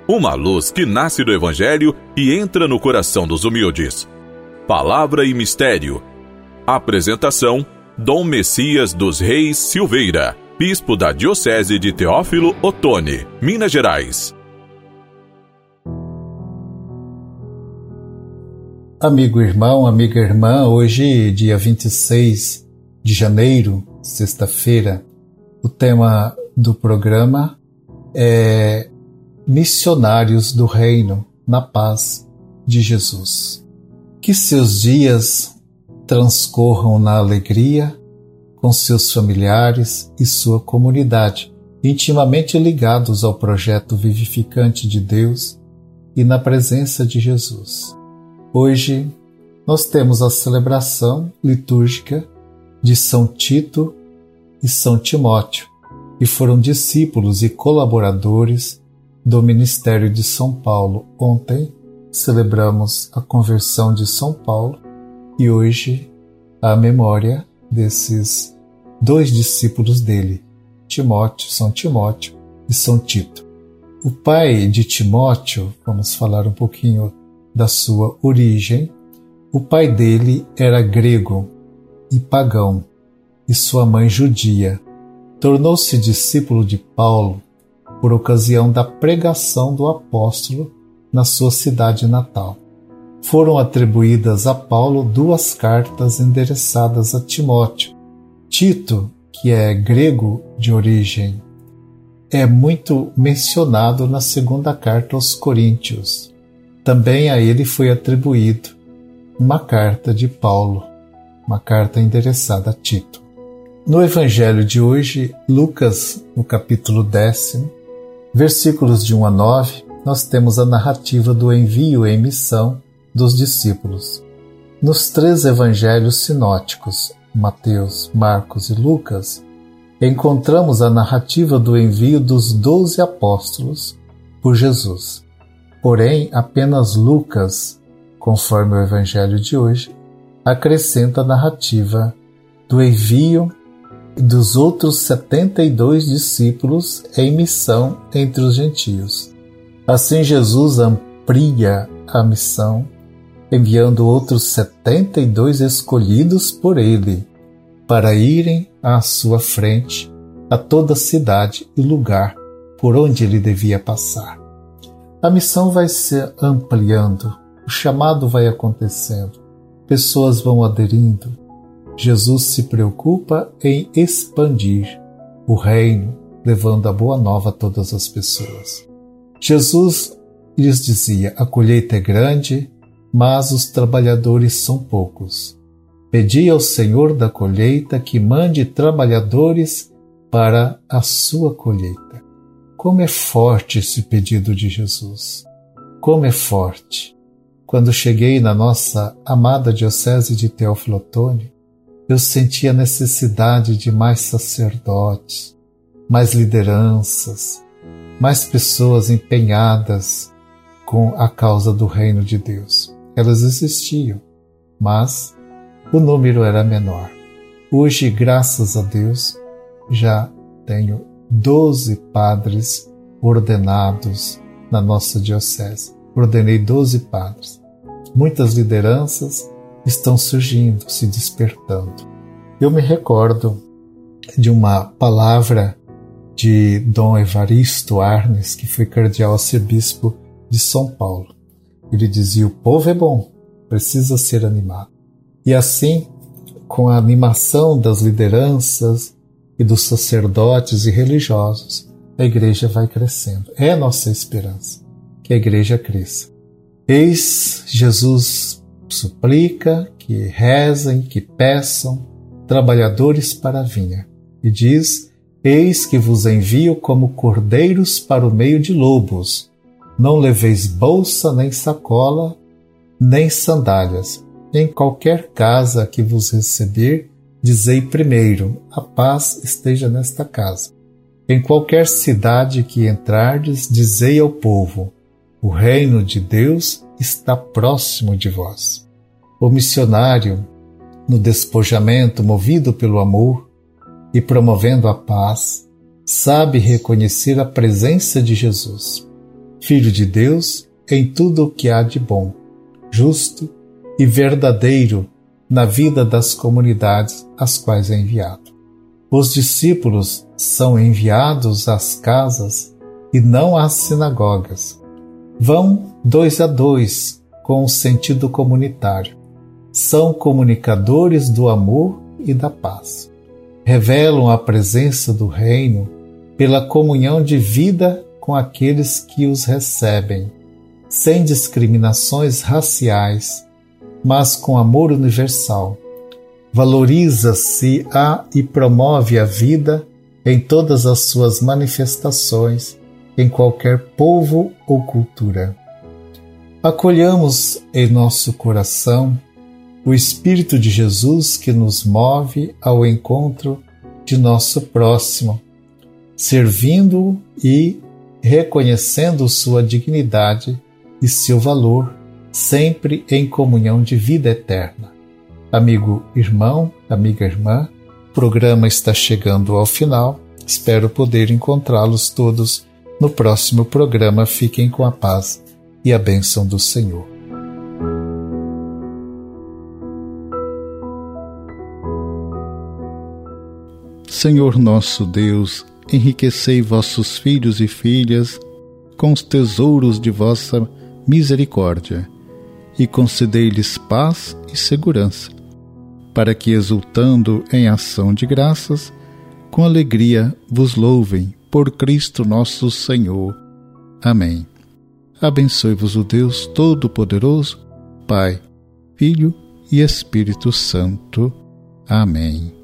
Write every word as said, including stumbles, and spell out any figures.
uma luz que nasce do Evangelho e entra no coração dos humildes. Palavra e Mistério. Apresentação: Dom Messias dos Reis Silveira, bispo da Diocese de Teófilo Otoni, Minas Gerais. Amigo irmão, amiga irmã, hoje, dia vinte e seis de janeiro, sexta-feira, o tema do programa é Missionários do Reino na Paz de Jesus. Que seus dias transcorram na alegria com seus familiares e sua comunidade, intimamente ligados ao projeto vivificante de Deus e na presença de Jesus. Hoje, nós temos a celebração litúrgica de São Tito e São Timóteo, que foram discípulos e colaboradores do ministério de São Paulo. Ontem celebramos a conversão de São Paulo e hoje a memória desses dois discípulos dele, Timóteo, São Timóteo e São Tito. O pai de Timóteo, vamos falar um pouquinho da sua origem. O pai dele era grego e pagão e sua mãe judia. Tornou-se discípulo de Paulo por ocasião da pregação do apóstolo na sua cidade natal. Foram atribuídas a Paulo duas cartas endereçadas a Timóteo. Tito, que é grego de origem, é muito mencionado na segunda carta aos Coríntios. Também a ele foi atribuído uma carta de Paulo, uma carta endereçada a Tito. No Evangelho de hoje, Lucas, no capítulo décimo, versículos de um a nove, nós temos a narrativa do envio e missão dos discípulos. Nos três evangelhos sinóticos, Mateus, Marcos e Lucas, encontramos a narrativa do envio dos doze apóstolos por Jesus. Porém, apenas Lucas, conforme o evangelho de hoje, acrescenta a narrativa do envio dos outros setenta e dois discípulos em missão entre os gentios. Assim, Jesus amplia a missão, enviando outros setenta e dois escolhidos por ele, para irem à sua frente a toda cidade e lugar por onde ele devia passar. A missão vai se ampliando, o chamado vai acontecendo, pessoas vão aderindo. Jesus se preocupa em expandir o reino, levando a boa nova a todas as pessoas. Jesus lhes dizia: a colheita é grande, mas os trabalhadores são poucos. Pedi ao Senhor da colheita que mande trabalhadores para a sua colheita. Como é forte esse pedido de Jesus! Como é forte! Quando cheguei na nossa amada Diocese de Teófilo Otoni, eu senti a necessidade de mais sacerdotes, mais lideranças, mais pessoas empenhadas com a causa do reino de Deus. Elas existiam, mas o número era menor. Hoje, graças a Deus, já tenho doze padres ordenados na nossa diocese. Ordenei doze padres. Muitas lideranças estão surgindo, se despertando. Eu me recordo de uma palavra de Dom Evaristo Arnes, que foi cardeal arcebispo de São Paulo. Ele dizia: o povo é bom, precisa ser animado. E assim, com a animação das lideranças e dos sacerdotes e religiosos, a igreja vai crescendo. É a nossa esperança, que a igreja cresça. Eis, Jesus suplica que rezem, que peçam trabalhadores para a vinha. E diz: eis que vos envio como cordeiros para o meio de lobos. Não leveis bolsa, nem sacola, nem sandálias. Em qualquer casa que vos receber, dizei primeiro: a paz esteja nesta casa. Em qualquer cidade que entrardes, dizei ao povo: o reino de Deus está próximo de vós. O missionário, no despojamento, movido pelo amor e promovendo a paz, sabe reconhecer a presença de Jesus. Filho de Deus em tudo o que há de bom, justo e verdadeiro na vida das comunidades às quais é enviado. Os discípulos são enviados às casas e não às sinagogas. Vão dois a dois com o sentido comunitário. São comunicadores do amor e da paz. Revelam a presença do reino pela comunhão de vida com aqueles que os recebem, sem discriminações raciais, mas com amor universal. Valoriza-se a e promove a vida em todas as suas manifestações, em qualquer povo ou cultura. Acolhamos em nosso coração o Espírito de Jesus que nos move ao encontro de nosso próximo, servindo-o e reconhecendo sua dignidade e seu valor, sempre em comunhão de vida eterna. Amigo irmão, amiga irmã, o programa está chegando ao final. Espero poder encontrá-los todos no próximo programa. Fiquem com a paz e a bênção do Senhor. Senhor nosso Deus, enriquecei vossos filhos e filhas com os tesouros de vossa misericórdia e concedei-lhes paz e segurança, para que, exultando em ação de graças, com alegria vos louvem por Cristo nosso Senhor. Amém. Abençoe-vos o Deus Todo-Poderoso, Pai, Filho e Espírito Santo. Amém.